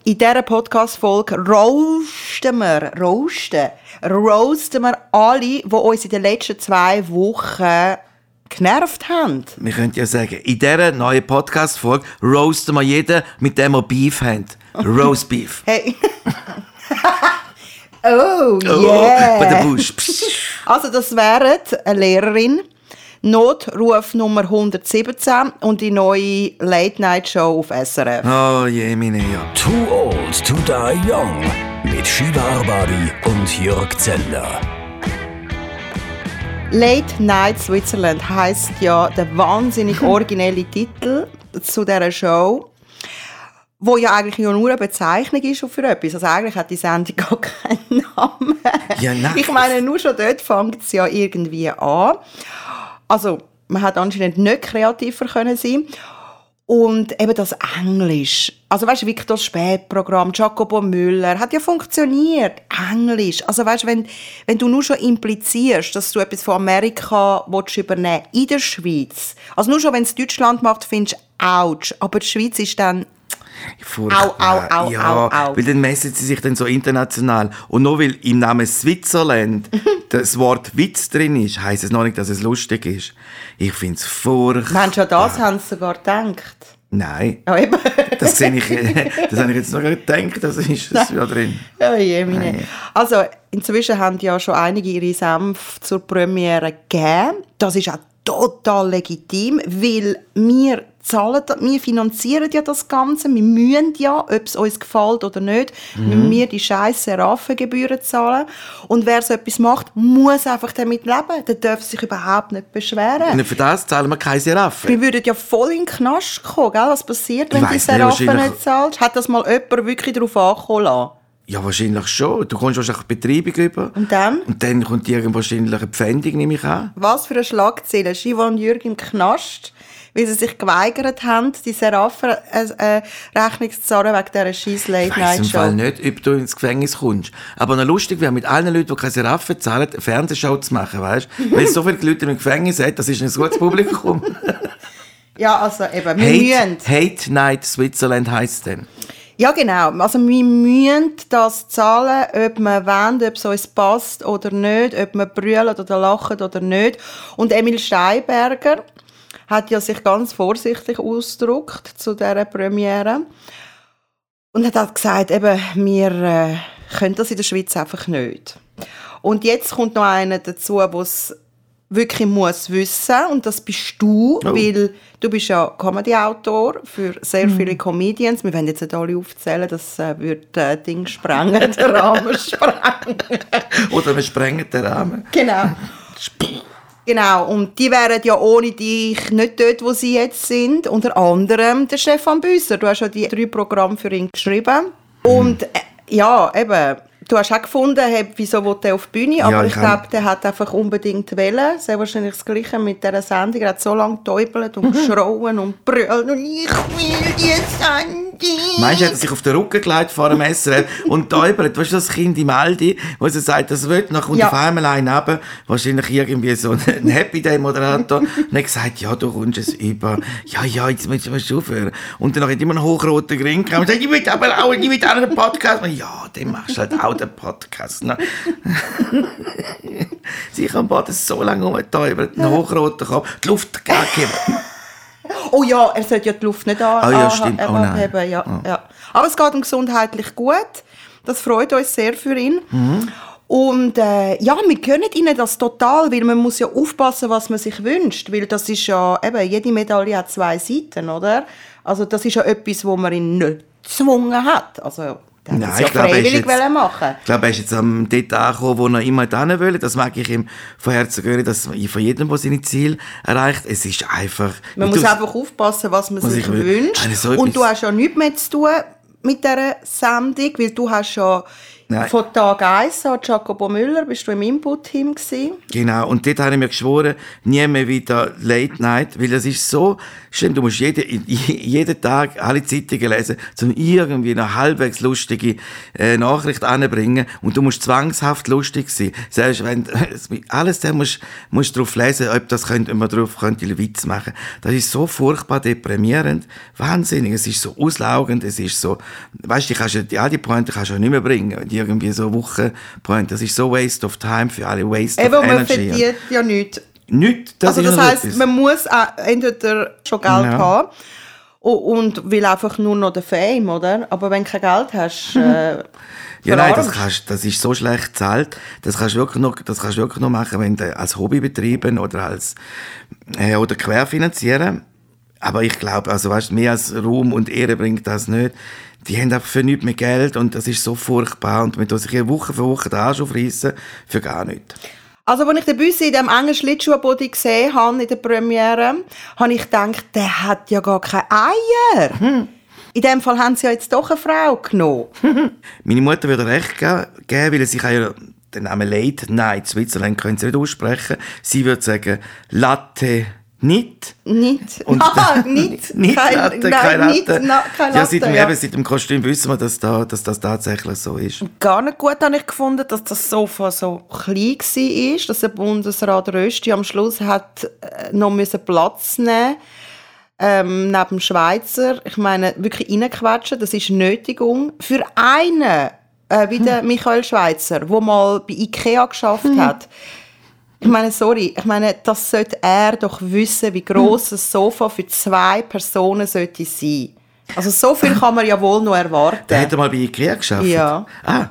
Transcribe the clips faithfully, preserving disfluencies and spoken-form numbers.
In dieser Podcast-Folge roasten wir, roasten, roasten wir alle, die uns in den letzten zwei Wochen genervt haben. Wir können ja sagen, in dieser neuen Podcast-Folge roasten wir jeden, mit dem wir Beef haben. Roast Beef. Hey. Oh, yeah. Oh, bei der Busch. Also das wäre eine Lehrerin, Notruf Nummer hundertsiebzehn und die neue Late-Night-Show auf S R F. Oh je, meine ja. Too Old to Die Young mit Shiva Arbabi und Jörg Zeller. Late Night Switzerland heisst ja der wahnsinnig originelle Titel zu dieser Show, wo ja eigentlich nur eine Bezeichnung ist für etwas. Also eigentlich hat die Sendung gar keinen Namen. Ja, nein. Ich meine, nur schon dort fängt es ja irgendwie an. Also, man hat anscheinend nicht kreativer können sein. Und eben das Englisch. Also, weißt du, wirklich das Spätprogramm, Jacobo Müller, hat ja funktioniert. Englisch. Also, weißt du, wenn, wenn du nur schon implizierst, dass du etwas von Amerika willst übernehmen in der Schweiz. Also, nur schon, wenn es Deutschland macht, findest du, ouch. Aber die Schweiz ist dann, Furchtbar. Au, au, au, ja, au, au. Weil dann messen sie sich dann so international. Und nur weil im Namen Switzerland das Wort Witz drin ist, heisst es noch nicht, dass es lustig ist. Ich finde es furchtbar. Mensch, an das haben sie sogar gedacht. Nein. Ja, eben. Das sehe ich, das habe ich jetzt noch gar nicht gedacht, das ist es ja drin. Oh je, meine. Nein. Also, inzwischen haben ja schon einige ihre Senf zur Premiere gegeben. Das ist auch total legitim, weil wir zahlen, wir finanzieren ja das Ganze, wir müssen ja, ob es uns gefällt oder nicht, mhm. müssen wir die scheiß Seraphengebühren zahlen. Und wer so etwas macht, muss einfach damit leben. Der darf sich überhaupt nicht beschweren. Und für das zahlen wir keine Seraphen. Wir würden ja voll in den Knast kommen, gell? Was passiert, wenn Ich du die weiss nicht, Seraphen wahrscheinlich- nicht zahlst? Hat das mal jemand wirklich darauf ankommen lassen? Ja, wahrscheinlich schon. Du kommst wahrscheinlich Betreibung über. Und dann? Und dann kommt irgendwo wahrscheinlich eine Pfändung, nehme ich an. Was für eine Schlagzeile. Shiva und Jürg im Knast, weil sie sich geweigert haben, die Seraphen-Rechnung äh, Rechnung zu zahlen wegen dieser scheiß Ich weiss im Late-Night-Show. Fall nicht, ob du ins Gefängnis kommst. Aber noch lustig wäre, mit allen Leuten, die keine Seraphen zahlen, eine Fernsehshow zu machen, weißt du? Weil es so viele Leute im Gefängnis hat, das ist ein gutes Publikum. Ja, also eben, wir Hate, müssen. Hate Night Switzerland heisst es dann. Ja, genau. Also wir müssen das zahlen, ob wir wollen, ob es uns passt oder nicht, ob wir brüllen oder lachen oder nicht. Und Emil Steinberger hat ja sich ganz vorsichtig ausgedrückt zu dieser Premiere. Und hat halt gesagt, eben, wir äh, können das in der Schweiz einfach nicht. Und jetzt kommt noch einer dazu, der es wirklich muss wissen, und das bist du, Oh. weil du bist ja Comedy-Autor für sehr viele Comedians. Wir wollen jetzt nicht alle aufzählen, das äh, würde äh, Ding sprengen, den Rahmen sprengen. Oder wir sprengen den Rahmen. Genau. Genau, und die wären ja ohne dich nicht dort, wo sie jetzt sind. Unter anderem der Stefan Büsser. Du hast ja die drei Programme für ihn geschrieben. Und äh, ja, eben, du hast auch gefunden, hey, wieso will der auf die Bühne? Aber Ja, ich, ich glaube, hab- der hat einfach unbedingt wollen. Sehr wahrscheinlich das Gleiche mit dieser Sendung. Er hat so lange getäubelt und geschrauen und brüllt. Und ich will die Sendung. Meinst du, er hat sich auf den Rücken gelegt vor dem S R F und täubelt? Weißt du, das Kind im Aldi, wo sie sagt, das will, dann kommt Ja. auf einmal einer runter, wahrscheinlich irgendwie so ein Happy Day Moderator, und hat gesagt, ja, du kommst es über. Ja, ja, jetzt musst du mal aufhören. Und dann hat immer einen hochroten Grin gehabt und sagt, ich will aber auch, ich will auch einen Podcast. Und ja, dann machst du halt auch den Podcast. Ne? Sie am Boden so lange rumgetäubelt, einen hochroten Kopf, die Luft gegeben. Oh ja, er sollte ja die Luft nicht an, Ah ja, an- stimmt. Oh anheben. nein. Ja, Oh. ja. Aber es geht ihm gesundheitlich gut. Das freut uns sehr für ihn. Mhm. Und äh, ja, wir gönnen ihnen das total, weil man muss ja aufpassen, was man sich wünscht. Weil das ist ja, eben, jede Medaille hat zwei Seiten, oder? Also das ist ja etwas, wo man ihn nicht gezwungen hat. Also der Nein, hat es ja ich glaube, er ist freiwillig jetzt- wollen machen. Ich glaube, er ist jetzt am dort angekommen, wo er immer hin will. Das mag ich ihm von Herzen gönnen, dass von jedem, der seine Ziele erreicht. Es ist einfach... Man wie muss du- einfach aufpassen, was man Was sich ich will. wünscht. Also so und etwas- du hast ja nichts mehr zu tun mit dieser Sendung, weil du hast ja Nein. Von Tag eins an, Jacopo Müller, bist du im Input-Team gewesen? Genau, und dort habe ich mir geschworen, nie mehr wieder Late Night, weil das ist so schlimm, du musst jeden, jeden Tag alle Zeitungen lesen, um irgendwie eine halbwegs lustige äh, Nachricht anzubringen, und du musst zwangshaft lustig sein. Selbst wenn, alles da musst du darauf lesen, ob das könnte, ob man darauf könnte einen Witz machen. Das ist so furchtbar deprimierend, wahnsinnig, es ist so auslaugend, es ist so, weißt du, kannst ja, all die Pointe kannst du ja nicht mehr bringen, die irgendwie so Wochenpointe, das ist so waste of time für alle, waste Eben, of energy. man verdient ja nichts. Nicht, das also das heisst, etwas. man muss auch entweder schon Geld Ja. haben und, und will einfach nur noch den Fame, oder? Aber wenn du kein Geld hast, äh, Ja, nein, das, verarmst. kannst, das ist so schlecht bezahlt. Das kannst du wirklich noch, das kannst du wirklich noch machen, wenn du als Hobby betreiben oder als äh, oder querfinanzieren. Aber ich glaube, also weißt, mehr als Ruhm und Ehre bringt das nicht. Die haben einfach für nichts mehr Geld und das ist so furchtbar. Und man tut sich Woche für Woche den Arsch aufreissen für gar nichts. Also, als ich den Büssi in dem engen Schlittschuhbody gesehen habe, in der Premiere, habe ich gedacht, der hat ja gar keine Eier. Hm. In dem Fall haben sie ja jetzt doch eine Frau genommen. Meine Mutter würde recht ge- geben, weil sie kann ja den Namen Late Night Switzerland können sie nicht aussprechen. Sie würde sagen Latte nicht. Nicht. Und Ah, nicht. nicht kein, Latte, nein, keine nicht, Latte. na, kein Ja, Latte, seit dem, ja. Eben, seit dem Kostüm wissen wir, dass, da, dass das tatsächlich so ist. Gar nicht gut habe ich gefunden, dass das Sofa so klein war, dass der Bundesrat Rösti am Schluss hat äh, noch müssen Platz nehmen ähm, neben dem Schweizer. Ich meine, wirklich reinquetschen, das ist Nötigung. Für einen, äh, wie der Michael Schweizer, der mal bei Ikea geschafft hat. Ich meine, sorry, ich meine, das sollte er doch wissen, wie gross ein Sofa für zwei Personen sollte sein. Also so viel kann man ja wohl noch erwarten. Der hat mal bei Ikea geschafft? Ja. Ah.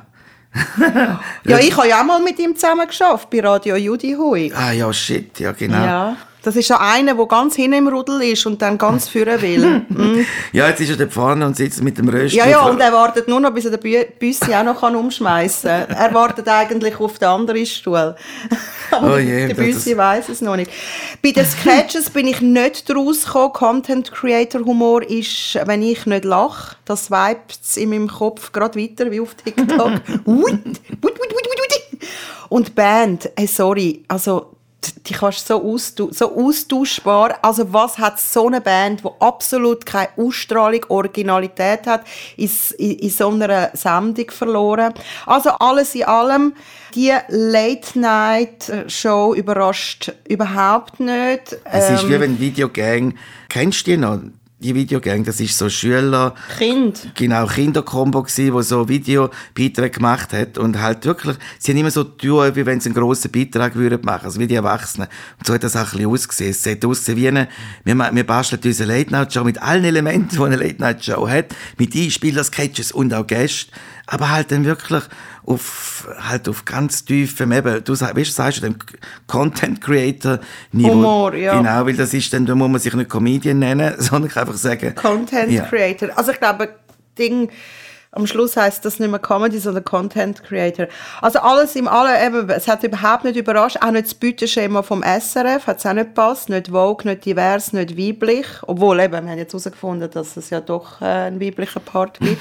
Ja, ich habe ja auch mal mit ihm zusammen geschafft, bei Radio Judy Hui. Ah ja, shit, ja genau. Ja. Das ist ja einer, der ganz hinten im Rudel ist und dann ganz führen will. Mm. Ja, jetzt ist er da vorne und sitzt mit dem Rösti. Ja, ja, und er wartet nur noch, bis er den Bü- Büssi auch noch umschmeißen kann. Er wartet eigentlich auf den anderen Stuhl. Aber Oh je, der das- Büssi weiss es noch nicht. Bei den Sketches bin ich nicht draus gekommen. Content-Creator-Humor ist, wenn ich nicht lache, das vibet in meinem Kopf gerade weiter wie auf TikTok. Ui, ui, ui, ui, ui. Und Band, hey, sorry, also die kannst du so, austau- so austauschbar. Also was hat so eine Band, die absolut keine Ausstrahlung, Originalität hat, in, in, in so einer Sendung verloren. Also alles in allem, die Late-Night-Show überrascht überhaupt nicht. Es ist wie Ähm, wenn Videogang, kennst du die noch? Die Videogang, das ist so Schüler, Kind. genau, Kinderkombo gsi, wo so Videobeiträge gemacht hat und halt wirklich, sie haben immer so getan, wie wenn sie einen grossen Beitrag würden machen, also wie die Erwachsenen. Und so hat das auch ein bisschen ausgesehen. Es hat ausgesehen wie eine, wir, ma- wir basteln unsere Late-Night-Show mit allen Elementen, die eine Late-Night-Show hat, mit Einspielern, Sketches und auch Gästen, aber halt dann wirklich auf, halt auf ganz tiefem, eben, du sagst, weißt, du sagst, dem Content-Creator-Niveau. Humor, ja. Genau, weil das ist dann, da muss man sich nicht Comedian nennen, sondern einfach sagen, Content Ja. Creator. Also ich glaube, Ding, am Schluss heisst das nicht mehr Comedy, sondern Content Creator. Also alles im Allen, eben, es hat überhaupt nicht überrascht, auch nicht das Beuteschema vom S R F, hat es auch nicht gepasst, nicht Vogue, nicht divers, nicht weiblich, obwohl eben, wir haben jetzt herausgefunden, dass es ja doch äh, einen weiblichen Part gibt.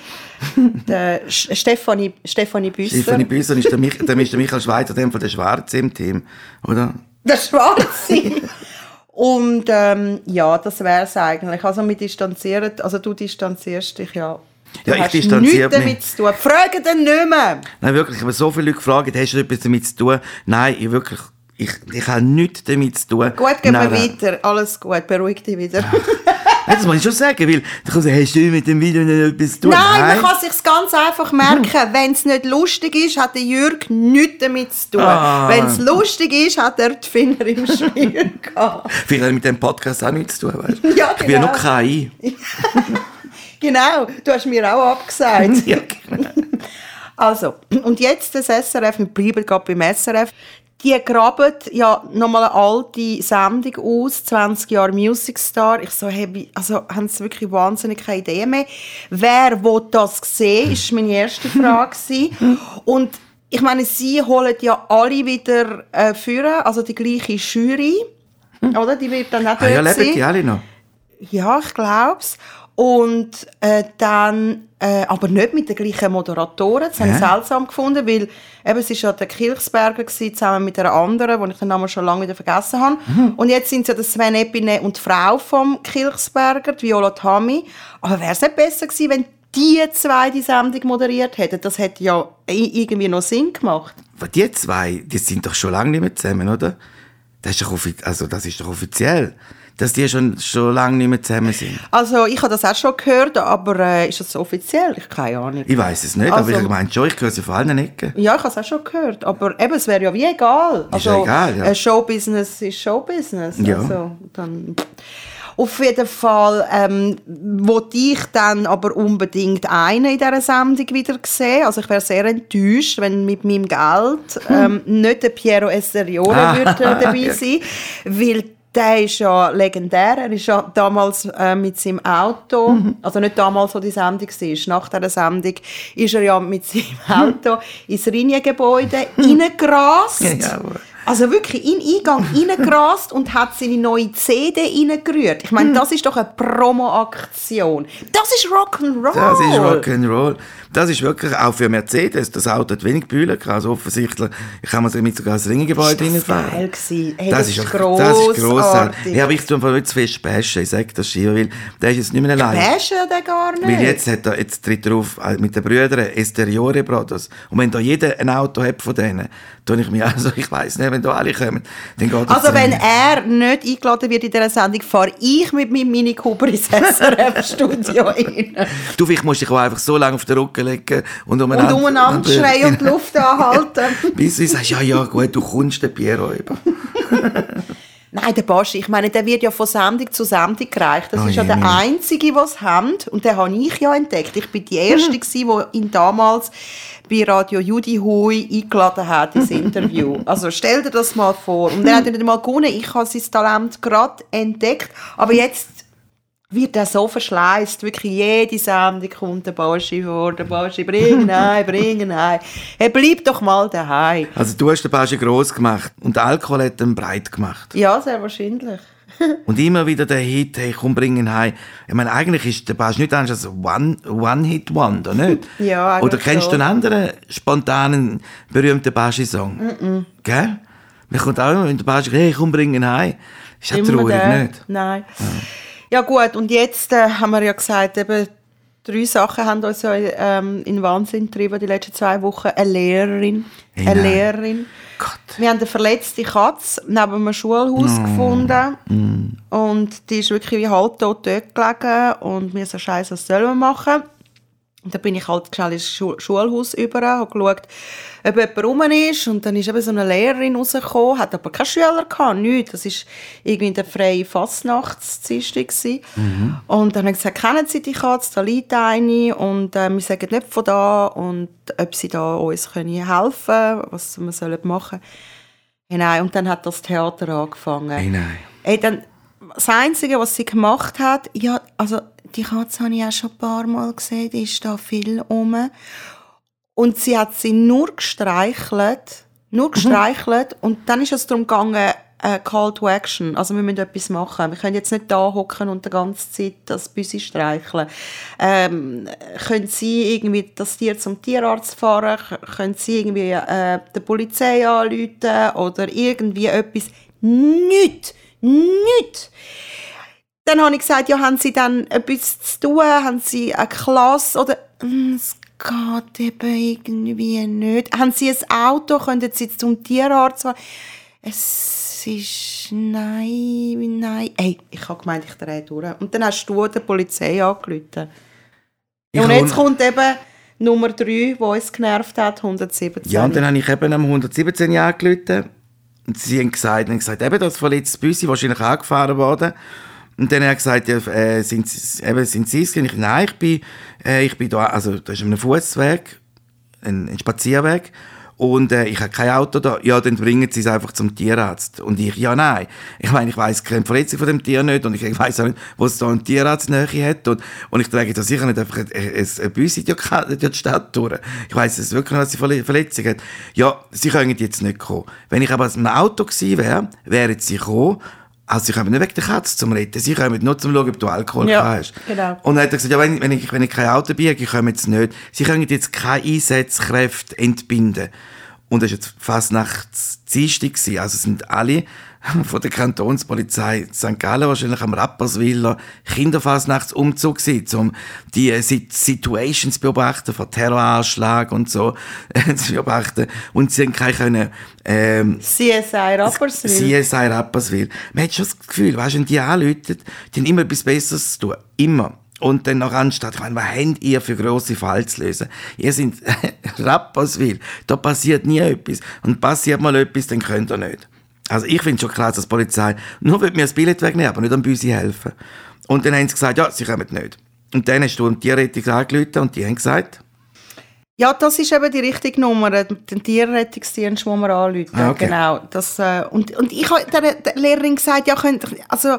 der Sch- Stefanie, Stefanie Büsser. Stefanie Büsser ist der, Mich der, ist der Michael Schweizer, dem von der Schwarze im Team, oder? Der Schwarze. Und ähm, ja, das wäre es eigentlich. Also wir distanzieren, also du distanzierst dich ja. Du Ja, ich hast distanziere nichts damit mich. zu tun. Frage den nicht mehr. Nein, wirklich, ich habe so viele Leute gefragt, hast du etwas damit zu tun? Nein, ich wirklich, ich, ich habe nichts damit zu tun. Gut, gehen wir Nein, nein. weiter. Alles gut, beruhig dich wieder. Ja, das muss ich schon sagen, weil du kannst sagen, hast du mit dem Video nicht etwas zu tun? Nein, man kann sich ganz einfach merken. Wenn es nicht lustig ist, hat der Jürg nichts damit zu tun. Ah. Wenn es lustig ist, hat er die Finger im Spiel gehabt. Vielleicht hat mit dem Podcast auch nichts zu tun, weißt du? Ja, Ich bin ja genau. noch K I. Genau, du hast mir auch abgesagt. Ja, genau. Also, und jetzt das S R F, wir bleiben gerade beim S R F, die graben ja nochmal eine alte Sendung aus, zwanzig Jahre Music Star. Ich so, hey, wie- also haben sie wirklich wahnsinnig keine Idee mehr. Wer will das sehen, ist meine erste Frage gewesen. Und ich meine, sie holen ja alle wieder äh, führen, also die gleiche Jury, oder? Die wird dann auch Ah, ja, dort leben sein. die alle noch? Ja, ich glaube es. Und äh, dann, äh, aber nicht mit den gleichen Moderatoren. Das habe ich seltsam gefunden, weil eben, es war ja der Kilchsberger gewesen, zusammen mit einer anderen, die ich den Namen schon lange wieder vergessen habe. Mhm. Und jetzt sind es ja der Sven Epine und die Frau vom Kilchsberger, die Viola Tammy. Aber wäre es nicht besser gewesen, wenn die zwei die Sendung moderiert hätten? Das hätte ja irgendwie noch Sinn gemacht. Die zwei, die sind doch schon lange nicht mehr zusammen, oder? Das ist doch, offi- also das ist doch offiziell, dass die schon, schon lange nicht mehr zusammen sind. Also ich habe das auch schon gehört, aber äh, ist das offiziell? Ich habe keine Ahnung. Ich weiss es nicht, also, aber ich meine schon, ich höre sie vor allen Ecken. Ja, ich habe es auch schon gehört, aber eben, es wäre ja wie egal. Ist also, ja egal, ja. Äh, Showbusiness ist Showbusiness. Ja. Also, dann... Auf jeden Fall ähm, wollte ich dann aber unbedingt einen in dieser Sendung wieder sehen. Also ich wäre sehr enttäuscht, wenn mit meinem Geld ähm, nicht der Piero Esteriore ah. würde äh, dabei sein, weil der ist ja legendär. Er ist ja damals äh, mit seinem Auto, mhm. also nicht damals, wo die Sendung war, nach dieser Sendung, ist er ja mit seinem Auto ins Ringe-Gebäude reingerast. Ja, also wirklich in den Eingang reingerast und hat seine neue C D reingerührt. Ich meine, das ist doch eine Promo-Aktion. Das ist Rock'n'Roll. Das ist Rock'n'Roll. Das ist wirklich auch für Mercedes. Das Auto hat wenig Bühlen gehabt. Also offensichtlich kann man sich mit sogar ins Ringengebäude reinfahren. Das war geil gewesen. Hey, das, das ist ist grossartig. grossartig. Ja, aber ich tue einfach nicht zu fest bashen. Ich sage das Schieber, weil der ist jetzt nicht mehr allein. Bashen den gar nicht. Weil jetzt, hat er, jetzt tritt er auf mit den Brüdern Esteriore Brothers. Und wenn da jeder ein Auto hat von denen, tue ich mir also, ich weiss nicht, wenn da alle kommen, dann geht das Also wenn er nicht eingeladen wird in dieser Sendung, fahre ich mit meinem Mini Cooper ins S R F-Studio rein. Du, vielleicht musst du dich auch einfach so lange auf den Rücken legen und umeinander, und umeinander schreien und die Luft anhalten. Bis du sagst, ja, ja, gut, du kommst den Piero über. Nein, der Baschi, ich meine, der wird ja von Sendung zu Sendung gereicht. Das oh, ist ja der Einzige, der es hat. Und den habe ich ja entdeckt. Ich bin die Erste, die ihn damals bei Radio Judy Hui eingeladen hat ins Interview. Also stell dir das mal vor. Und er hat nicht mal gewonnen. Ich habe sein Talent gerade entdeckt. Aber jetzt wird er so verschleißt. Wirklich jede Sendung kommt der Baschi vor. Der Baschi, bring ihn heim, bring ihn heim. Er bleibt doch mal daheim. Also du hast den Baschi gross gemacht und Alkohol hat ihn breit gemacht. Ja, sehr wahrscheinlich. Und immer wieder der Hit, hey, komm, bring ihn heim. Ich meine, eigentlich ist der Baschi nicht anders als ein One-Hit-Wonder, nicht? Ja, eigentlich. Oder kennst so. du einen anderen spontanen, berühmten Baschi-Song? Mm-mm. Gell? Mir kommt auch immer, wenn der Baschi, hey, komm, bring ihn heim. Ist ja traurig, der? nicht? Nein. Ja. Ja gut, und jetzt äh, haben wir ja gesagt, eben, drei Sachen haben uns ja ähm, in Wahnsinn getrieben die letzten zwei Wochen. Eine Lehrerin, hey, eine Lehrerin. Gott. Wir haben eine verletzte Katze neben einem Schulhaus mm. gefunden. Mm. Und die ist wirklich wie halbtot dort gelegen. Und wir so «Scheiße, was sollen wir machen?» Und dann bin ich halt schnell ins Schul- Schulhaus über, habe geschaut, ob jemand rum ist. Und dann ist eben so eine Lehrerin rausgekommen, hat aber keine Schüler gehabt, nichts. Das war irgendwie der freie Fasnachtsdienstag. Mhm. Und dann habe ich gesagt, kennen Sie die Katze? Da liegt eine. Und äh, wir sagen nicht von da. Und ob sie da uns können helfen können, was wir sollen machen. Hey, nein. Und dann hat das Theater angefangen. Hey, nein. Hey, dann, das Einzige, was sie gemacht hat, ja, also die Katze habe ich auch schon ein paar Mal gesehen, die ist da viel rum. Und sie hat sie nur gestreichelt, nur gestreichelt. Mhm. Und dann ist es darum gegangen, äh, Call to Action. Also wir müssen etwas machen. Wir können jetzt nicht da hocken und die ganze Zeit das Büsi streicheln. Ähm, können Sie irgendwie das Tier zum Tierarzt fahren? Können Sie irgendwie äh, die Polizei anrufen oder irgendwie etwas? Nichts! Nichts! Dann habe ich gesagt, ja, haben Sie dann etwas zu tun? Haben Sie eine Klasse? Oder, es geht eben irgendwie nicht. Haben Sie ein Auto? Können Sie zum Tierarzt fahren? Es ist, nein, nein. Hey, ich habe gemeint, ich drehe durch. Und dann hast du die Polizei angerufen. Und jetzt kommt eben Nummer drei, die uns genervt hat, hundertsiebzehn. Ja, und dann habe ich eben am hundertsiebzehn angerufen. Und sie haben gesagt, haben gesagt eben, das verletzte Büsi wahrscheinlich angefahren worden. Und dann hat er gesagt, ja, äh, sind, Sie, eben, sind Sie es? Ich, nein, ich bin, äh, ich bin da, also da ist ein Fußweg, ein, ein Spazierweg. Und äh, ich habe kein Auto da. Ja, dann bringen Sie es einfach zum Tierarzt. Und ich, ja, nein. Ich meine, ich weiss keine Verletzung von dem Tier nicht und ich weiss auch nicht, wo es da einen Tierarzt näher hat. Und, und ich trage da sicher nicht einfach ein, ein, ein Büsi durch die Stadt durch. Ich weiss es wirklich nicht, dass sie Verle- Verletzung hat. Ja, Sie können jetzt nicht kommen. Wenn ich aber im Auto gewesen wäre, wären Sie gekommen, Also sie kommen nicht wegen der Katze zum Retten, sie kommen nur zum schauen, ob du Alkohol ja, hast. Genau. Und dann hat er gesagt, ja, wenn, wenn, ich, wenn ich kein Auto biege, ich komme jetzt nicht. Sie können jetzt keine Einsatzkräfte entbinden. Und das war jetzt fast nachts Dienstag, also sind alle von der Kantonspolizei Sankt Gallen wahrscheinlich am Rapperswiller Kinderfasnachtsumzug gewesen, um die äh, Situations zu beobachten, von Terroranschlag und so äh, zu beobachten. Und sie haben keine können, ähm, C S I Rapperswil. C S I Rapperswil. Man hat schon das Gefühl, weißt du, wenn die anrufen, die haben immer etwas Besseres zu tun. Immer. Und dann noch anstatt, ich meine, was habt ihr für grosse Fälle zu lösen? Ihr seid Rapperswil, da passiert nie etwas. Und passiert mal etwas, dann könnt ihr nicht. Also ich finde schon krass, dass die Polizei nur will mir das Billett wegnehmen, aber nicht am Büsi helfen. Und dann haben sie gesagt, ja, sie kommen nicht. Und dann hast du um die Tierrettung angerufen und die haben gesagt... Ja, das ist eben die richtige Nummer, der Tierrettungsdienst, den wir anrufen. Ah, okay. Genau. Das, äh, und, und ich habe der, der Lehrerin gesagt, ja, könnt, also...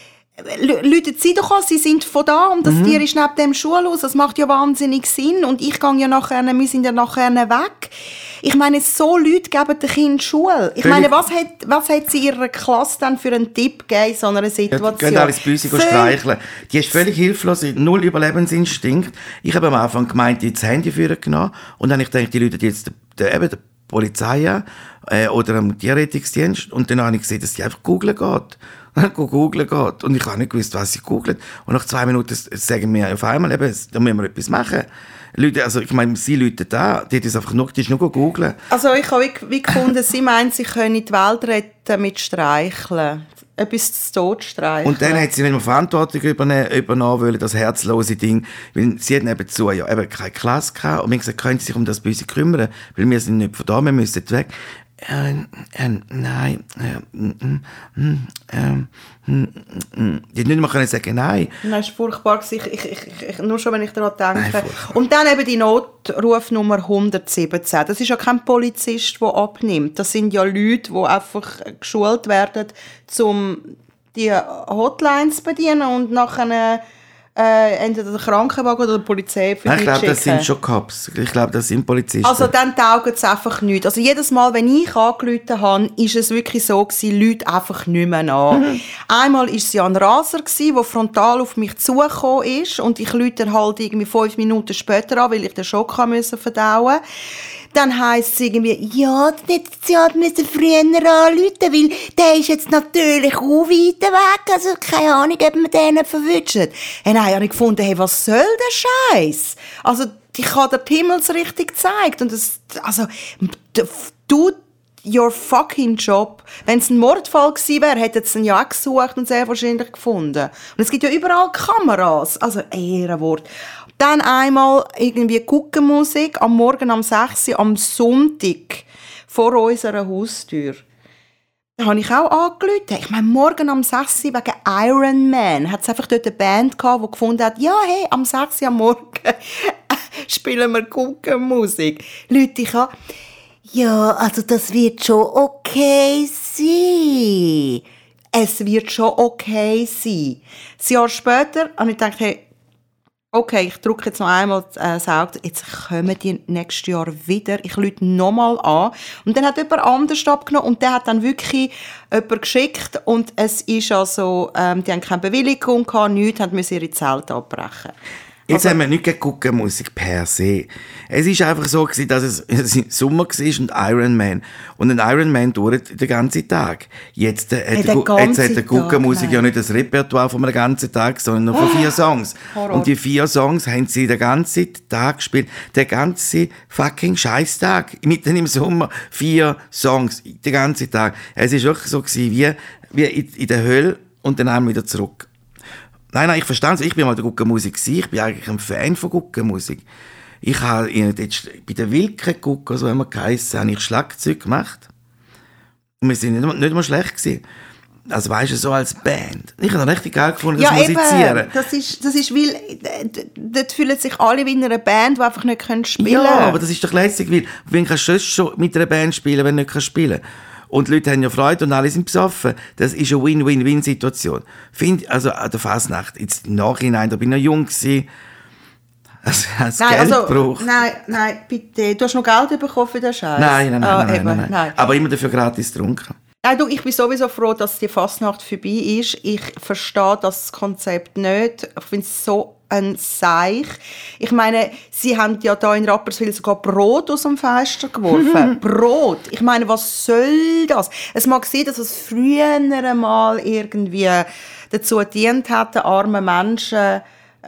Leute, sie doch an, sie sind von da und das mhm. Tier ist neben dem Schulhaus, das macht ja wahnsinnig Sinn und ich gehe ja nachher, wir sind ja nachher weg. Ich meine, so Leute geben den Kindern Schule. Ich meine, was hat, was hat sie ihrer Klasse dann für einen Tipp gegeben in so einer Situation? Ja, die gehen alles Büsi streicheln. Die ist völlig hilflos, null Überlebensinstinkt. Ich habe am Anfang gemeint, die das Handy führen genommen und dann habe ich gedacht, die Leute jetzt der, eben der Polizei an, äh, oder am Tierrettungsdienst und dann habe ich gesehen, dass die einfach googeln geht. googeln geht. Und ich habe nicht gewusst, was sie googelt. Und nach zwei Minuten sagen wir auf einmal, eben, da müssen wir etwas machen. Leute, also ich meine, sie Leute da, die ist einfach nur, die ist nur googeln. Also ich habe wie, wie gefunden, sie meint, sie können die Welt retten mit Streicheln. Etwas zu Tod streicheln. Und dann hat sie nicht mehr Verantwortung übernehmen, übernommen wollen, das herzlose Ding. Weil sie hat nebenzu ja eben keine Klasse gehabt. Und wir haben gesagt, können Sie sich um das Böse kümmern? Weil wir sind nicht von da, wir müssen weg. Äh, äh, nein, äh, mm, mm, äh, mm, mm. Die hätten nicht mehr können sagen nein. Nein, das ist furchtbar. Ich, ich, ich, ich, nur schon, wenn ich daran denke. Nein, und dann eben die Notrufnummer hundertsiebzehn. Das ist ja kein Polizist, der abnimmt. Das sind ja Leute, die einfach geschult werden, um die Hotlines zu bedienen und nachher äh, entweder der Krankenwagen oder die Polizei für Nein, dich ich glaube, das schicken. sind schon Cops. Ich glaube, das sind Polizisten. Also dann taugt es einfach nicht. Also jedes Mal, wenn ich angerufen habe, ist es wirklich so gewesen, Leute einfach nicht mehr an. Mhm. Einmal war es ja ein Raser gewesen, der frontal auf mich zugekommen ist und ich rufe halt irgendwie fünf Minuten später an, weil ich den Schock haben müssen verdauen. Dann heisst es irgendwie, ja, sie müssen früher anrufen, weil der ist jetzt natürlich auch weit weg. Also keine Ahnung, ob man den nicht verwünscht. Hey, nein, habe ich gefunden, hey, was soll der Scheiß? Also ich habe dir die Himmelsrichtung gezeigt. Und das, also, du, your fucking job. Wenn es ein Mordfall gewesen wäre, hätten sie ihn ja auch gesucht und sehr wahrscheinlich gefunden. Und es gibt ja überall Kameras. Also, Ehrenwort. Dann einmal irgendwie Guckenmusik am Morgen um sechs Uhr am Sonntag vor unserer Haustür. Da habe ich auch angerufen. Ich meine, morgen um sechs Uhr wegen Iron Man hat es einfach dort eine Band gehabt, die gefunden hat, ja, hey, am sechs Uhr am Morgen spielen wir Guckenmusik. Leute, ich habe, ja, also das wird schon okay sein. Es wird schon okay sein. Ein Jahr später habe ich gedacht, hey, okay, ich drücke jetzt noch einmal das Auge. Jetzt kommen die nächstes Jahr wieder. Ich rufe nochmal an. Und dann hat jemand anders abgenommen und der hat dann wirklich jemanden geschickt. Und es ist also, ähm, die haben keine Bewilligung gehabt, nichts, haben müssen ihre Zelte abbrechen. Jetzt also, haben wir nicht gegen Guckenmusik per se. Es war einfach so, dass es Sommer war und Iron Man. Und ein Iron Man dauert den ganzen Tag. Jetzt, äh, hey, hat, der, jetzt hat der Guckenmusik ja nicht das Repertoire von einem ganzen Tag, sondern nur von vier Songs. Horror. Und die vier Songs haben sie den ganzen Tag gespielt. Den ganzen fucking Scheißtag. Mitten im Sommer vier Songs. Den ganzen Tag. Es war wirklich so wie, wie in der Hölle und dann einmal wieder zurück. Nein, nein, ich verstehe es. Ich bin mal der Guckenmusik. Ich bin eigentlich ein Fan von Guckenmusik. Ich habe bei der Wilke Gucker, so haben wir geheissen, habe ich Schlagzeug gemacht. Und wir waren nicht, nicht mal schlecht gewesen. Also weisst du, so als Band. Ich habe es richtig geil gefunden, das ja, Musizieren. Eben. Das ist, das ist, weil dort fühlen sich alle wie in einer Band, die einfach nicht spielen können. Ja, aber das ist doch lässig, weil wenn kannst du schon mit einer Band spielen, wenn du nicht spielen kannst. Und die Leute haben ja Freude und alle sind besoffen. Das ist eine Win-Win-Win-Situation. Find, also an der Fasnacht, jetzt im Nachhinein, da bin ich noch jung gewesen, also hast nein, Geld also, gebraucht. Nein, nein, bitte. Du hast noch Geld bekommen für den Scheiß. Nein, nein, nein, ah, nein, eben, nein, nein, nein. Aber immer dafür gratis getrunken. Nein, du, ich bin sowieso froh, dass die Fasnacht vorbei ist. Ich verstehe das Konzept nicht. Ich finde es so ein Seich. Ich meine, sie haben ja da in Rapperswil sogar Brot aus dem Fenster geworfen. Brot. Ich meine, was soll das? Es mag sein, dass es früher einmal irgendwie dazu gedient hat, den armen Menschen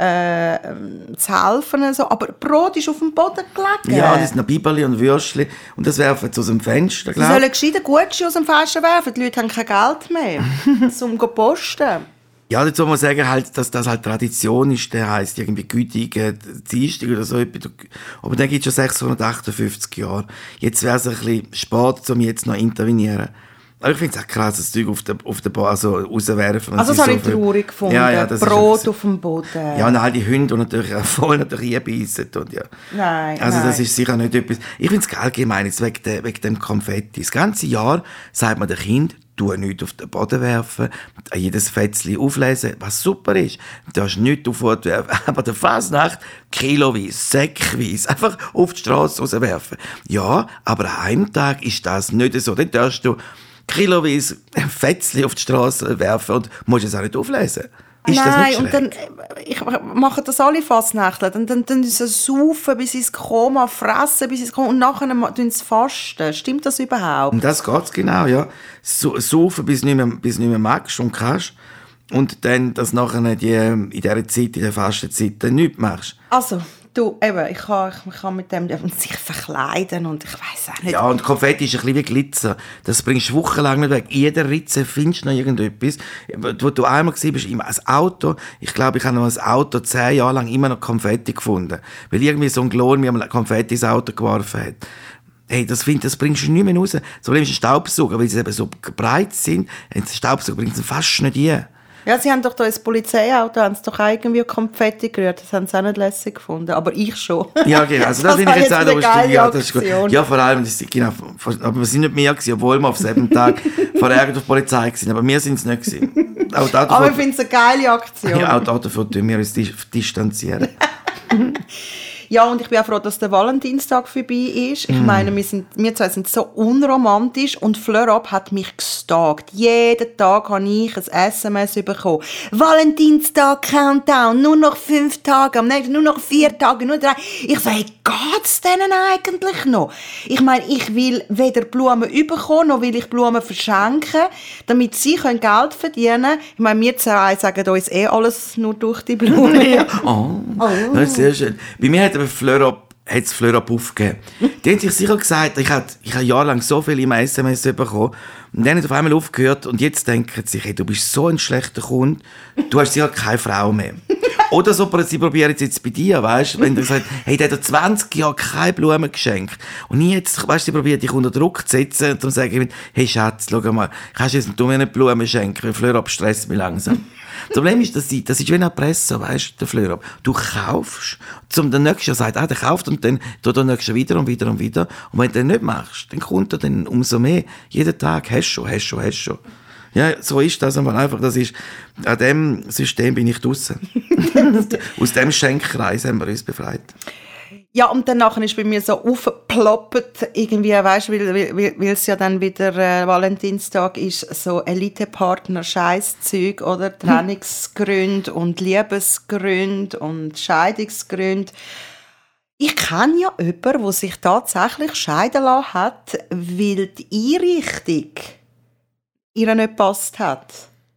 äh, zu helfen. So. Aber Brot ist auf dem Boden gelegen. Ja, das sind noch Biberli und Würstchen. Und das werfen sie aus dem Fenster, Sie sollen gescheiter Gucci aus dem Fenster werfen. Die Leute haben kein Geld mehr, um zu posten. Ja, dazu muss man sagen, halt, dass das halt Tradition ist, der heisst irgendwie Gütige Dienstag oder so etwas. Aber dann gibt es schon sechshundertachtundfünfzig Jahre. Jetzt wäre es ein bisschen spät, um jetzt noch intervenieren. Aber ich finde es auch krass, das Zeug auf der, auf der Bar so rauswerfen. Also das habe so ich traurig gefunden. Ja, ja, das Brot ist auf dem Boden. Ja, und all die Hunde, die natürlich auch voll natürlich einbeissen. Und ja. Nein, Also nein. das ist sicher nicht etwas... Ich finde es allgemein jetzt wegen, de, wegen dem Konfetti. Das ganze Jahr sagt man den Kindern, du nichts auf den Boden werfen, jedes Fetzchen auflesen, was super ist. Du hast nichts auf den Boden werfen. Aber der Fasnacht, kiloweise, säckweise, einfach auf die Straße rauswerfen. Ja, aber an einem Tag ist das nicht so. Dann darfst du kiloweise Fetzchen auf die Straße werfen und musst es auch nicht auflesen. Ist Nein, das nicht und dann ich mache das alle Fasnächte. Dann, dann, dann sie saufen bis ins Koma, fressen bis ins Koma und nachher tun sie fasten. Stimmt das überhaupt? Und das geht's genau, ja. So, saufen, bis du nicht mehr, bis du nicht mehr magst und kannst. Und dann, dass nachher die, in dieser Zeit, in der Fastenzeit, dann nichts machst. Also, du, eben, ich kann, ich kann mit dem sich verkleiden und ich weiss auch nicht. Ja, und Konfetti ist ein bisschen wie Glitzer. Das bringst du wochenlang nicht weg. In jeder Ritze findest du noch irgendetwas. Wo du einmal gesehen bist, immer ein Auto. Ich glaube, ich habe noch ein Auto zehn Jahre lang immer noch Konfetti gefunden. Weil irgendwie so ein Klon mir mal Konfetti ins Auto geworfen hat. Hey, das, find, das bringst du nicht mehr raus. Das Problem ist ein Staubsauger, weil sie eben so breit sind. Ein Staubsauger bringt sie fast nicht rein. Ja, sie haben doch da ein Polizeiauto, haben sie doch irgendwie Konfetti gerührt. Das haben sie auch nicht lässig gefunden, aber ich schon. Ja, genau. Also das, das finde ich jetzt auch lustig. Ja, das ist gut. Ja, vor allem, das ist, genau, aber wir sind nicht mehr gewesen, obwohl wir auf selben Tag verärgert auf die Polizei waren. Aber wir sind es nicht gewesen. Auch dafür, aber ich finde es eine geile Aktion. Ja, auch dafür tun wir uns distanzieren. Ja, und ich bin auch froh, dass der Valentinstag vorbei ist. Ich mm. meine, wir, sind, wir zwei sind so unromantisch und Fleur Up hat mich gestalkt. Jeden Tag habe ich ein S M S bekommen. Valentinstag Countdown, nur noch fünf Tage, am nächsten nur noch vier Tage, nur drei. Ich so, hey, geht's denen eigentlich noch? Ich meine, ich will weder Blumen bekommen, noch will ich Blumen verschenken, damit sie können Geld verdienen können. Ich meine, wir zwei sagen uns eh alles nur durch die Blumen. Ja. Oh, oh. Das ist sehr schön. Bei mir hat aber Fleur Up hat es Fleur Up aufgegeben. Die haben sich sicher gesagt, ich habe ich hab jahrelang so viel im S M S bekommen und dann hat auf einmal aufgehört und jetzt denken sie sich, hey, du bist so ein schlechter Kunde, du hast sicher keine Frau mehr. Oder so, sie probieren es jetzt bei dir, weißt du, wenn du sagst, hey, der hat zwanzig Jahre keine Blumen geschenkt. Und ich jetzt, weißt du, sie probieren dich unter Druck zu setzen und dann sagen sie, hey Schatz, schau mal, kannst du jetzt, du mir nicht Blumen schenken, weil Fleur Up stresst mich langsam. Das Problem ist, dass sie, das ist wie eine Presse, weißt du, der Fleur Up. Du kaufst, zum der Nächste sagt, ah, der kauft und dann tut der Nächste wieder und wieder und wieder. Und wenn du das nicht machst, dann kommt er dann umso mehr. Jeden Tag, hast du schon, hast du schon, hast du schon. Ja, so ist das einfach. Das ist, an diesem System bin ich draussen. Aus diesem Schenkkreis haben wir uns befreit. Ja, und dann nachher ist bei mir so aufgeploppt, irgendwie, weißt du, weil, weil, weil es ja dann wieder äh, Valentinstag ist, so Elite-Partner-Scheißzeug, oder? Trennungsgründe und Liebesgründe und Scheidungsgründe. Ich kenne ja jemanden, der sich tatsächlich scheiden lassen hat, weil die Einrichtung ihr nicht gepasst hat.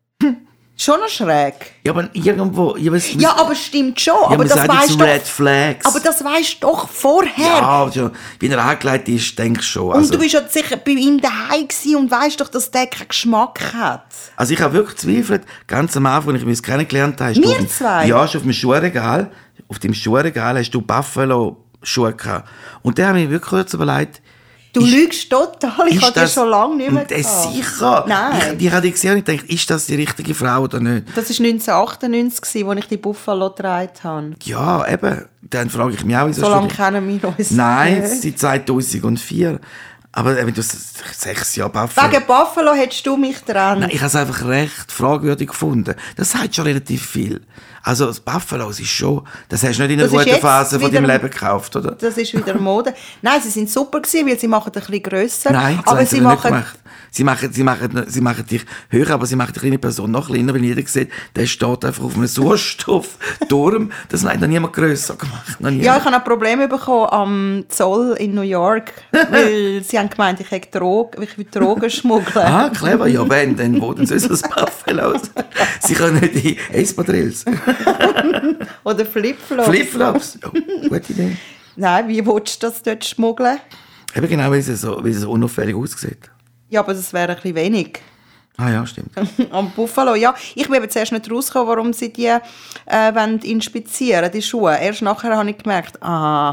Schon noch schräg. Ja, aber irgendwo... Ja, was, ja aber stimmt schon. Ja, aber das weißt doch, Red Flags. Aber das weisst du doch vorher. Ja, also, wie er angelegt ist, denkst du schon. Also, und du bist ja sicher bei ihm daheim gewesen und weisst doch, dass der keinen Geschmack hat. Also ich habe wirklich gezweifelt, ganz am Anfang, als ich mich kennengelernt habe... Wir zwei? Ja, hast du auf dem Schuhregal, auf dem Schuhregal hast du Buffalo-Schuhe gehabt. Und da habe ich wirklich kurz überlegt... Du ist, lügst total, ich habe das schon lange nicht mehr gehabt. Sicher. Nein. Ich, ich habe dich gesehen und gedacht, ist das die richtige Frau oder nicht? Das war neunzehnhundertachtundneunzig, als ich die Buffalo getragen habe. Ja, eben. Dann frage ich mich auch, wieso... So lange kennen wir uns. Nein, seit zweitausendvier. Aber wenn du sechs Jahre Buffalo... Wegen Buffalo hättest du mich dran. Nein, ich habe es einfach recht fragwürdig gefunden. Das sagt schon relativ viel. Also das Buffalo ist schon, das hast du nicht in einer Das ist guten jetzt Phase von wieder- deinem Leben gekauft, oder? Das ist wieder Mode. Nein, sie sind super gewesen, weil sie machen ein bisschen grösser. Nein, das aber haben sie sie nicht machen, gemacht. Sie machen, sie, machen, sie machen dich höher, aber sie machen die kleine Person noch kleiner, weil jeder sieht, der steht einfach auf einem Sauerstoffturm. Das hat noch niemand grösser gemacht. Noch niemand. ja, ich habe ein Problem bekommen am Zoll in New York, weil sie haben gemeint, ich hätte Drogen, ich will Drogen schmuggeln. Ah, clever. Ja, wenn, dann wo denn sonst das Buffalo? Sie können nicht in Espadrilles. Oder Flipflops. Flipflops. Oh, gute Idee. Nein, wie willst du das dort schmuggeln? Eben genau, wie es so, wie es so unauffällig aussieht. Ja, aber das wäre ein bisschen wenig. Ah ja, stimmt. Am Buffalo, ja. Ich bin aber zuerst nicht rausgekommen, warum sie die äh, wollen inspizieren, die Schuhe. Erst nachher habe ich gemerkt,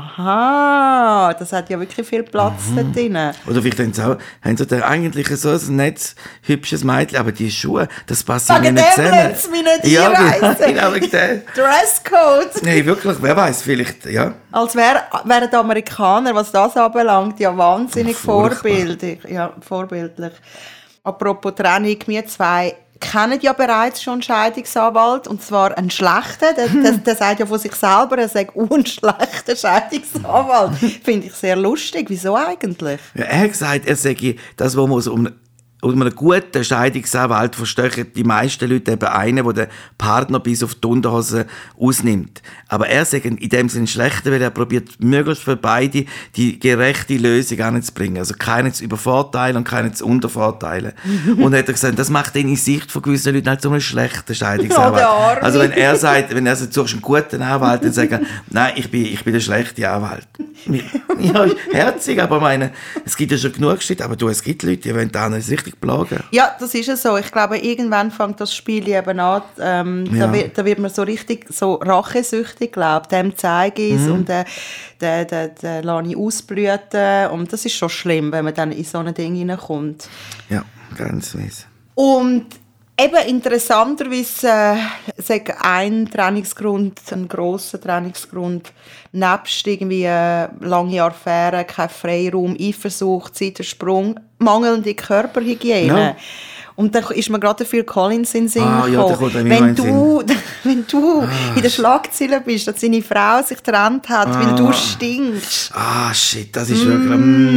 aha, das hat ja wirklich viel Platz Mhm. da drin. Oder vielleicht haben sie auch, haben sie da eigentlich so ein nettes, hübsches Mädchen, aber die Schuhe, das passt ihnen Wegen nicht dem zusammen. lassen sie mich nicht Ja, einreisen. genau, wegen dem. Dresscode. Nein, wirklich, wer weiß, vielleicht, ja. Als wär, wären die Amerikaner, was das anbelangt, ja wahnsinnig Furchtbar. vorbildlich. Ja, vorbildlich. Apropos Trennung, wir zwei kennen ja bereits schon einen Scheidungsanwalt, und zwar einen schlechten. Der, der, der sagt ja von sich selber, er sagt, oh, ein schlechter Scheidungsanwalt. Finde ich sehr lustig. Wieso eigentlich? Ja, er hat gesagt, er sage, das, was man so um, um einen guten Scheidungsanwalt verstehen, die meisten Leute eben einen, der den Partner bis auf die Unterhose ausnimmt. Aber er sagt in dem Sinne schlechter, weil er probiert, möglichst für beide die gerechte Lösung anzubringen. Also keinen zu übervorteilen und keinen zu untervorteilen. Und er hat gesagt, das macht ihn in Sicht von gewissen Leuten halt so einen schlechten Scheidungsanwalt. Oh, der Arme. Also wenn er sagt, wenn er sagt, du suchst einen guten Anwalt, dann sagt er, nein, ich bin, ich bin der schlechte Anwalt. Ja, herzig, aber meine, es gibt ja schon genug Shit, aber du, es gibt Leute, die wollen da nicht richtig plagen. Ja, das ist es so. Ich glaube, irgendwann fängt das Spiel eben an. Ähm, Ja. da, wird, da wird man so richtig so rachesüchtig, glaube ich. Dem zeige ich es Mhm. und den, den, den, den lasse ich ausblüten. Und das ist schon schlimm, wenn man dann in so ein Ding hineinkommt. Ja, ganz weiss. Und eben interessanterweise äh, sage ein Trennungsgrund, ein grosser Trennungsgrund, nebst irgendwie äh, lange Affären, kein Freiraum, Eifersucht, Zeitersprung, mangelnde Körperhygiene. Ja. Und dann ist mir gerade Phil Collins in den Sinn Ah, ja, der gekommen. kommt einem wenn, immer in den du, wenn du in der Schlagzeile bist, dass seine Frau sich getrennt hat, weil du stinkst, Ah, shit, das ist wirklich...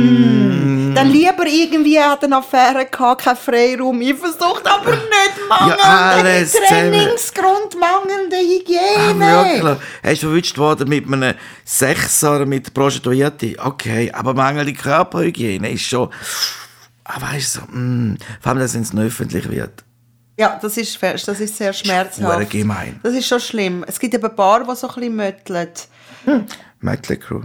Mm. dann lieber irgendwie hat eine Affäre gehabt, kein Freiraum, Eifersucht, aber nicht mangelnde alles zusammen. Trainingsgrund, mangelnde Ah, Hygiene. wirklich? Hast du verwünscht worden mit einem Sechser mit Prostituierten? Okay, aber mangelnde Körperhygiene ist schon... Ah, weißt du, so, mm, vor allem, dass es noch öffentlich wird. Ja, das ist, fest, das ist sehr schmerzhaft. Hure gemein. Das ist schon schlimm. Es gibt eben ein paar, die so ein bisschen mötteln. Mötley Crew.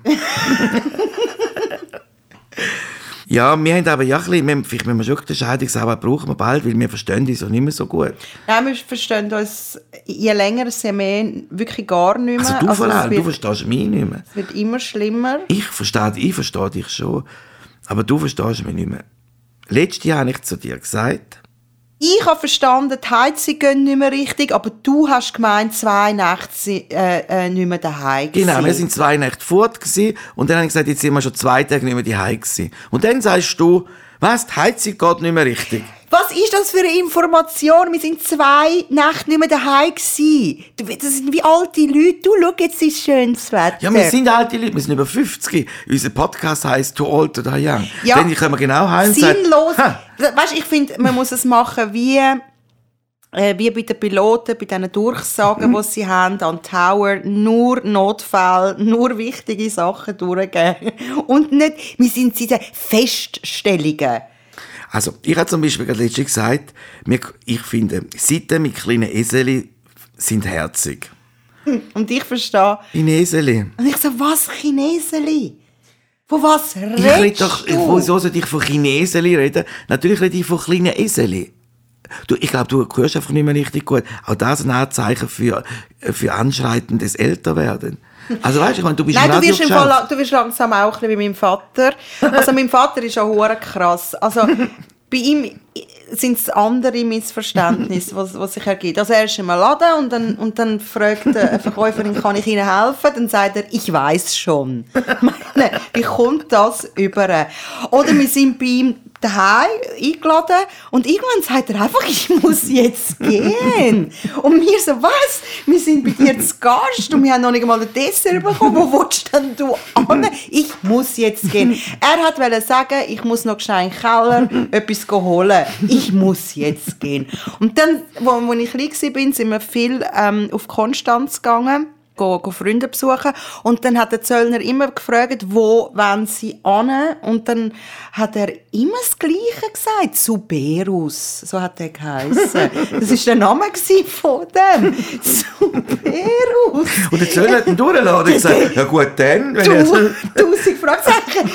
Ja, wir haben aber ja ein bisschen, wir, vielleicht müssen wir schon den Scheidungsanwalt brauchen wir bald, weil wir verstehen uns auch nicht mehr so gut. Nein, wir verstehen uns je länger, je mehr wirklich gar nicht mehr. Also du vor es allem, du wird, verstehst mich nicht mehr. es wird immer schlimmer. Ich verstehe, ich verstehe dich schon, aber du verstehst mich nicht mehr. Letztes Jahr habe ich zu dir gesagt, Ich habe verstanden, die Heizung geht nicht mehr richtig, aber du hast gemeint, zwei Nächte sind äh, äh, nicht mehr daheim gewesen. genau, wir sind zwei Nächte fort gewesen, und dann habe ich gesagt, jetzt sind wir schon zwei Tage nicht mehr daheim gewesen. Und dann sagst du, was, die Heizung geht nicht mehr richtig. Was ist das für eine Information? Wir sind zwei Nächte nicht mehr daheim gewesen. Du, das sind wie alte Leute. Du, schau, jetzt ist schönes Wetter. Ja, wir sind alte Leute, wir sind über fünfzig. Unser Podcast heisst «Too old to die young». Ja, Dann können wir genau heim und sagen, sinnlos. «Ha, Weißt, ich finde, man muss es machen wie, äh, wie bei den Piloten, bei diesen Durchsagen, Mhm. die sie haben an Tower. Nur Notfälle, nur wichtige Sachen durchgeben. Und nicht, wir sind diese Feststellungen. Also, ich habe zum Beispiel gerade letztens gesagt, mir- ich finde, Seiten mit kleinen Eseli sind herzig. Und ich verstehe. In Eseli. Und ich so, was Chineseli? Von was Ich rede redest doch, du? wieso soll ich von Chineseli reden? Natürlich rede ich von kleinen Eseli. Du, ich glaube, du hörst einfach nicht mehr richtig gut. Auch das ist ein Anzeichen für, für anschreitendes Älterwerden. Also weißt du, ich meine, du bist Nein, im du wirst, im Radiogeschäft. Fall, du wirst langsam auch ein bisschen wie mein Vater. Also mein Vater ist auch hure krass. Also bei ihm sind es andere Missverständnisse, was, was sich ergibt. Also er ist im Laden und dann, und dann fragt eine Verkäuferin, kann ich Ihnen helfen? Dann sagt er, ich weiß schon. Ich meine, wie kommt das über? Oder wir sind bei ihm daheim eingeladen und irgendwann sagt er einfach, ich muss jetzt gehen. Und wir so, was? Wir sind bei dir zu Gast und wir haben noch nicht mal ein Dessert bekommen. Wo willst denn du hin? Ich muss jetzt gehen. Er hat wollte sagen, ich muss noch schnell in den Keller etwas holen. Ich muss jetzt gehen. Und dann, wo, wo ich klein war, sind wir viel ähm, auf Konstanz gegangen. Go, go Freunde besuchen. Und dann hat der Zöllner immer gefragt, wo wollen sie hin? Und dann hat er immer das Gleiche gesagt. Suberus. So hat er geheissen. Das war der Name von dem. Suberus. Und der Zöllner hat ihn durchgelassen und gesagt, ja gut, dann. Wenn du, so tausend Fragezeichen.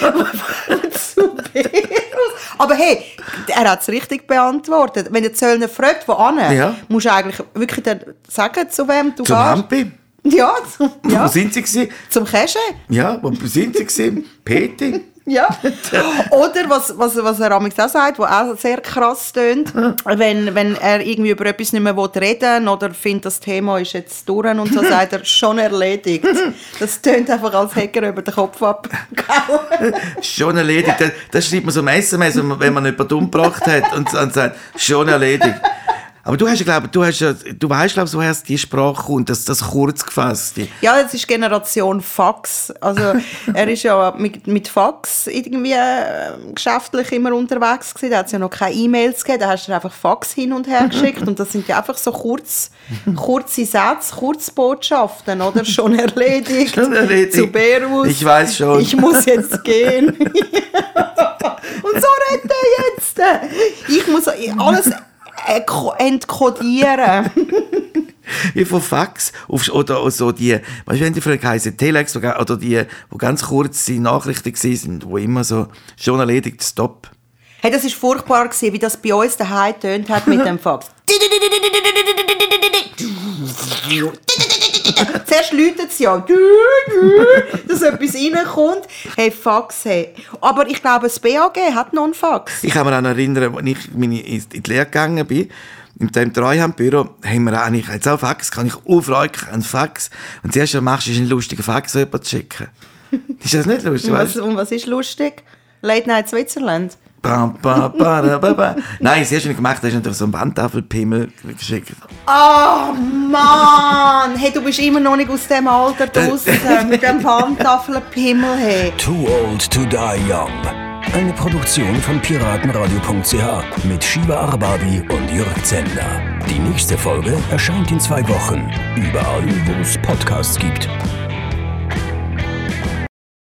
Suberus. Aber hey, er hat es richtig beantwortet. Wenn der Zöllner fragt, wo hin, ja. musst du eigentlich wirklich dann sagen, zu wem du Zum gehst. Hampi. Ja, zum, ja. Wo sind sie gewesen? Zum Käse. Ja, wo sind sie gewesen? Peti. Ja. Oder was, was, was er auch sagt, was auch sehr krass tönt, wenn, wenn er irgendwie über etwas nicht mehr reden will oder findet, das Thema ist jetzt durch und so, sagt er, schon erledigt. Das tönt einfach, als hätte er über den Kopf abgehauen. Schon erledigt. Das, das schreibt man so im S M S, wenn man jemanden umgebracht hat und, und sagt, schon erledigt. Aber du hast ja, glaube du hast ja, du weißt, glaube woher die Sprache kommt, das, das kurz gefasst. Ja, das ist Generation Fax. Also er ist ja mit, mit Fax irgendwie äh, geschäftlich immer unterwegs gewesen. Da hat es ja noch keine E-Mails gegeben, da hast du einfach Fax hin und her geschickt und das sind ja einfach so kurz, kurze Sätze, Kurzbotschaften, oder? Schon erledigt. Schon erledigt. Zu Berus. Ich weiß schon. Ich muss jetzt gehen. Und so redet er jetzt. Ich muss alles entkodieren. Wie von Fax auf, oder so die, weißt du, wenn die früher heißen Telex oder die, wo ganz kurze Nachrichten waren, wo immer so schon erledigt, stopp. Hey, das war furchtbar gewesen, wie das bei uns daheim getönt hat mit dem Fax. Zuerst läutet es ja, dass etwas reinkommt. Hey, Fax, hey. Aber ich glaube, das B A G hat noch einen Fax. Ich kann mich an erinnern, als ich in die Lehre gegangen bin, in dem Treuhandbüro, haben wir eigentlich jetzt auch Fax, kann ich aufreichen, einen Fax. Und zuerst machst du einen lustigen Fax, so jemanden zu schicken. Ist das nicht lustig? Und was, und was ist lustig? Late Night Switzerland. Ba, ba, ba, ba, ba, ba. Nein, das erste, was ich gemacht habe, ist natürlich so einen Wandtafelpimmel geschickt. Oh Mann! Hey, du bist immer noch nicht aus dem Alter draussen mit dem Wandtafelpimmel. Hey. Too Old to Die Young. Eine Produktion von piratenradio punkt c h mit Shiva Arbabi und Jörg Zender. Die nächste Folge erscheint in zwei Wochen. Überall, wo es Podcasts gibt.